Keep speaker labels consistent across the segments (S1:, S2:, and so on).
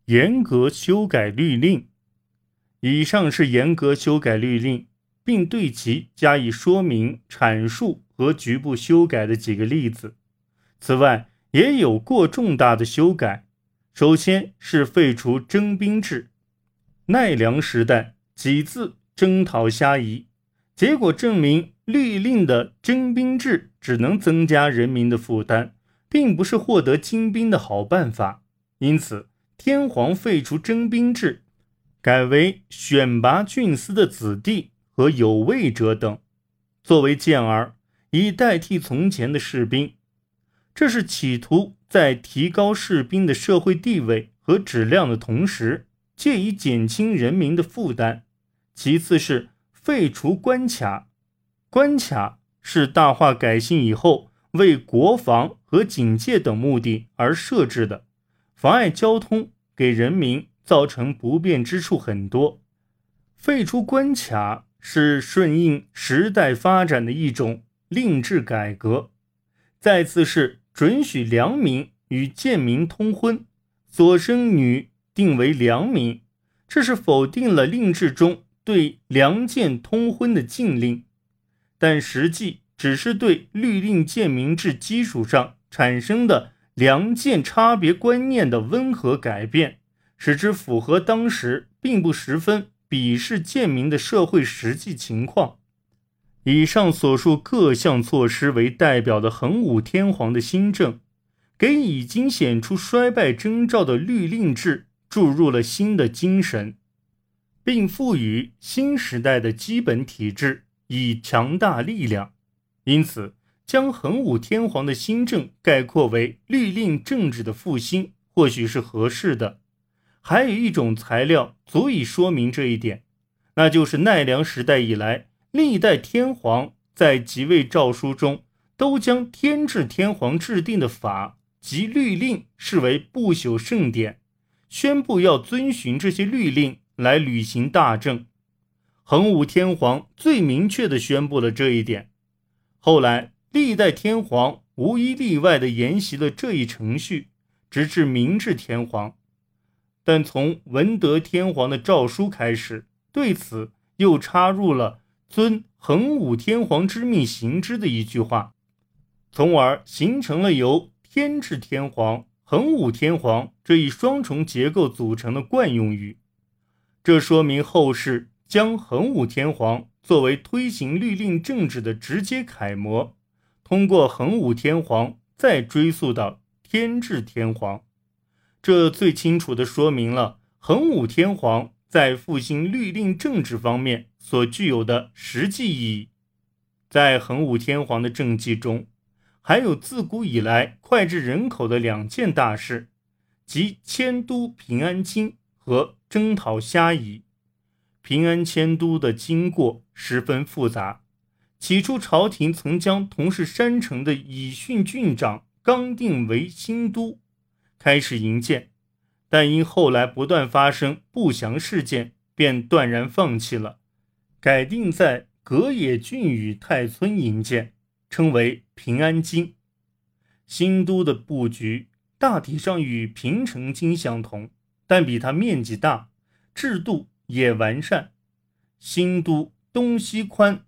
S1: 严格修改律令。以上是严格修改律令，并对其加以说明、阐述和局部修改的几个例子。此外，也有过重大的修改。首先是废除征兵制。奈良时代几次征讨虾夷，结果证明律令的征兵制只能增加人民的负担，并不是获得精兵的好办法。因此，天皇废除征兵制，改为选拔郡司的子弟和有位者等作为健儿，以代替从前的士兵。这是企图在提高士兵的社会地位和质量的同时，借以减轻人民的负担。其次是废除关卡。关卡是大化改新以后为国防和警戒等目的而设置的，妨碍交通，给人民造成不便之处很多。废除关卡是顺应时代发展的一种令制改革。再次是准许良民与贱民通婚，所生女定为良民，这是否定了令制中对良贱通婚的禁令，但实际只是对律令贱民制基础上产生的良贱差别观念的温和改变，使之符合当时并不十分鄙视贱民的社会实际情况。以上所述各项措施为代表的桓武天皇的新政，给已经显出衰败征兆的律令制注入了新的精神，并赋予新时代的基本体制以强大力量。因此，将桓武天皇的新政概括为律令政治的复兴，或许是合适的。还有一种材料足以说明这一点，那就是奈良时代以来，历代天皇在即位诏书中都将天智天皇制定的法及律令视为不朽圣典，宣布要遵循这些律令来履行大政。桓武天皇最明确地宣布了这一点。后来历代天皇无一例外地沿袭了这一程序，直至明治天皇。但从文德天皇的诏书开始，对此又插入了遵桓武天皇之命行之的一句话，从而形成了由天智天皇、桓武天皇这一双重结构组成的惯用语。这说明后世将桓武天皇作为推行律令政治的直接楷模，通过桓武天皇再追溯到天智天皇。这最清楚地说明了桓武天皇在复兴律令政治方面所具有的实际意义。在桓武天皇的政绩中，还有自古以来脍炙人口的两件大事，即迁都平安京和征讨虾夷。平安迁都的经过十分复杂，起初朝廷曾将同是山城的以训郡长刚定为新都，开始营建，但因后来不断发生不祥事件，便断然放弃了，改定在葛野郡与太村营建，称为平安京。新都的布局大体上与平城京相同，但比它面积大，制度也完善。新都东西宽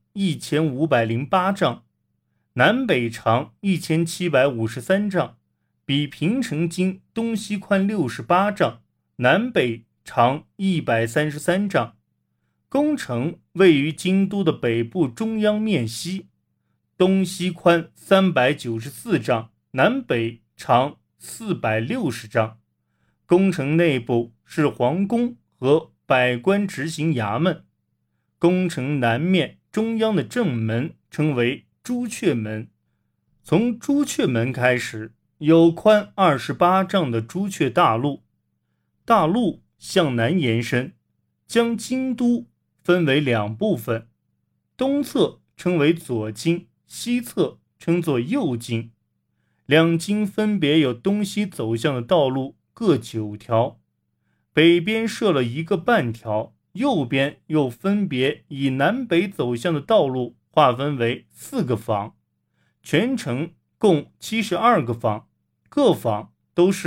S1: 1508丈，南北长1753丈，比平城京东西宽68丈，南北长133丈。宫城位于京都的北部中央面西，东西宽394丈，南北长460丈。宫城内部是皇宫和百官执行衙门。宫城南面中央的正门称为朱雀门，从朱雀门开始，有宽28丈的朱雀大路，大路向南延伸，将京都分为两部分，东侧称为左京，西侧称作右京。两京分别有东西走向的道路各9条，北边设了一个半条，右边又分别以南北走向的道路划分为4个坊，全城共72个坊，各坊都是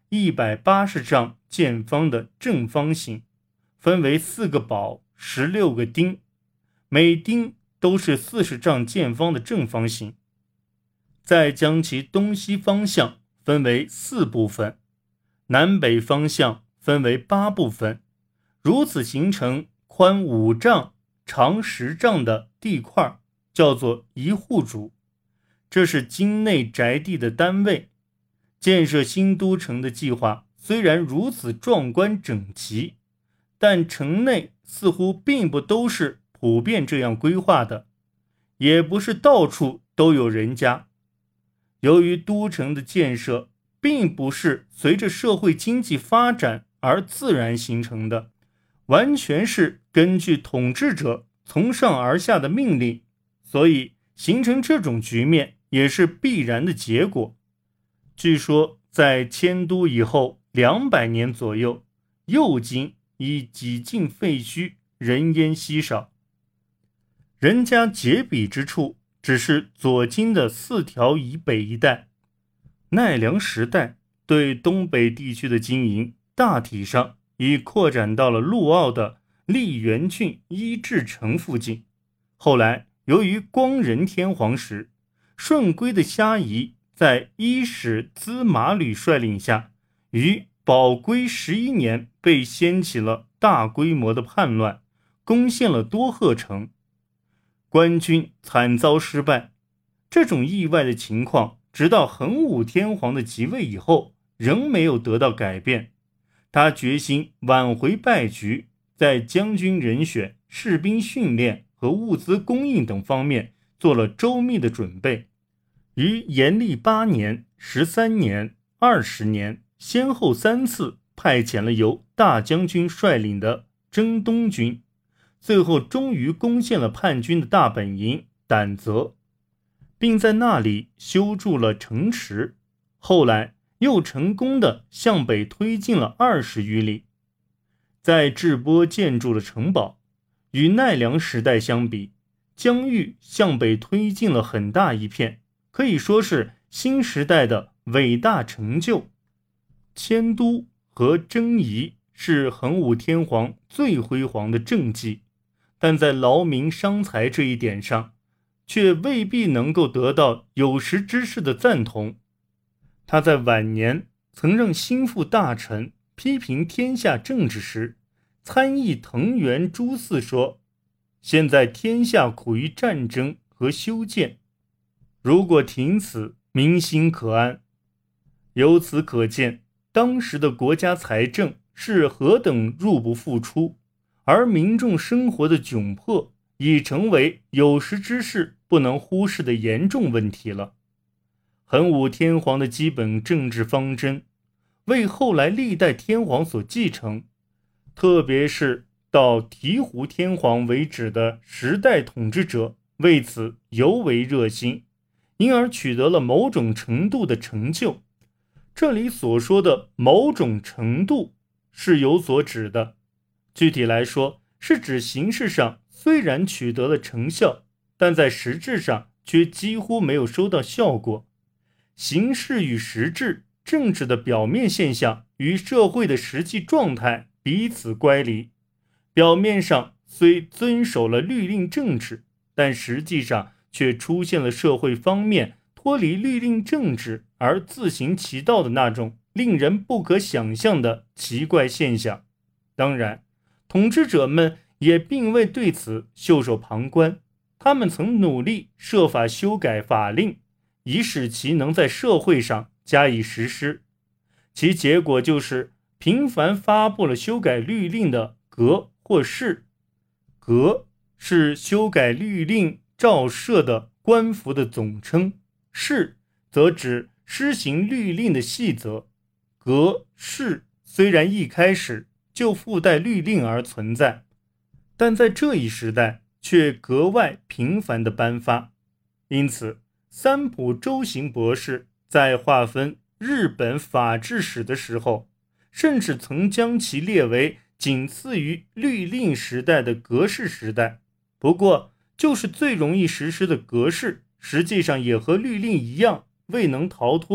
S1: 180丈见方的正方形，分为4个宝，16个丁，每丁都是40丈见方的正方形。再将其东西方向分为4部分，南北方向分为8部分，如此形成宽5丈、长10丈的地块，叫做一户主。这是京内宅地的单位。建设新都城的计划虽然如此壮观整齐，但城内似乎并不都是普遍这样规划的，也不是到处都有人家。由于都城的建设并不是随着社会经济发展而自然形成的，完全是根据统治者从上而下的命令，所以形成这种局面也是必然的结果。据说在迁都以后200年左右，右京已几近废墟，人烟稀少。人家结笔之处只是左京的4条以北一带。奈良时代对东北地区的经营大体上已扩展到了陆奥的溧源郡伊志城附近。后来由于光仁天皇时，顺归的虾夷在伊始滋马吕率领下，于宝龟11年被掀起了大规模的叛乱，攻陷了多贺城，官军惨遭失败。这种意外的情况直到桓武天皇的即位以后仍没有得到改变。他决心挽回败局，在将军人选、士兵训练和物资供应等方面做了周密的准备。于延历8年、13年、20年先后3次派遣了由大将军率领的征东军，最后终于攻陷了叛军的大本营胆泽，并在那里修筑了城池，后来又成功的向北推进了20余里。在智波建筑了城堡，与奈良时代相比，疆域向北推进了很大一片，可以说是新时代的伟大成就。迁都和征夷是桓武天皇最辉煌的政绩，但在劳民伤财这一点上，却未必能够得到有识之士的赞同。他在晚年曾让心腹大臣批评天下政治时，参议藤原朱四说：现在天下苦于战争和修建，如果停此，民心可安。由此可见，当时的国家财政是何等入不敷出，而民众生活的窘迫已成为有识之士不能忽视的严重问题了。桓武天皇的基本政治方针为后来历代天皇所继承，特别是到醍醐天皇为止的10代统治者为此尤为热心，因而取得了某种程度的成就。这里所说的某种程度是有所指的，具体来说是指形式上虽然取得了成效，但在实质上却几乎没有收到效果。形式与实质，政治的表面现象与社会的实际状态彼此乖离。表面上虽遵守了律令政治，但实际上却出现了社会方面脱离律令政治而自行其道的那种令人不可想象的奇怪现象。当然，统治者们也并未对此袖手旁观，他们曾努力设法修改法令，以使其能在社会上加以实施。其结果就是频繁发布了修改律令的革或释。革是修改律令照设的官服的总称，释则指施行律令的细则。革释虽然一开始就附带律令而存在，但在这一时代却格外频繁地颁发。因此，三浦周行博士在划分日本法治史的时候，甚至曾将其列为仅次于律令时代的格式时代。不过，就是最容易实施的格式，实际上也和律令一样，未能逃脱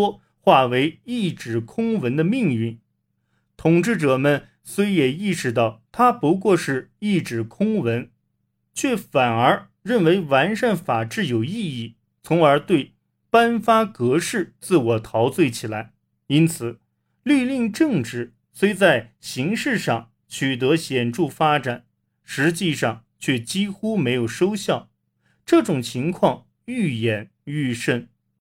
S1: 化为一纸空文的命运。统治者们虽也意识到它不过是一纸空文，却反而认为完善法治有意义，从而对颁发格式自我陶醉起来。因此，律令政治虽在形式上取得显著发展，实际上却几乎没有收效。这种情况愈演愈甚。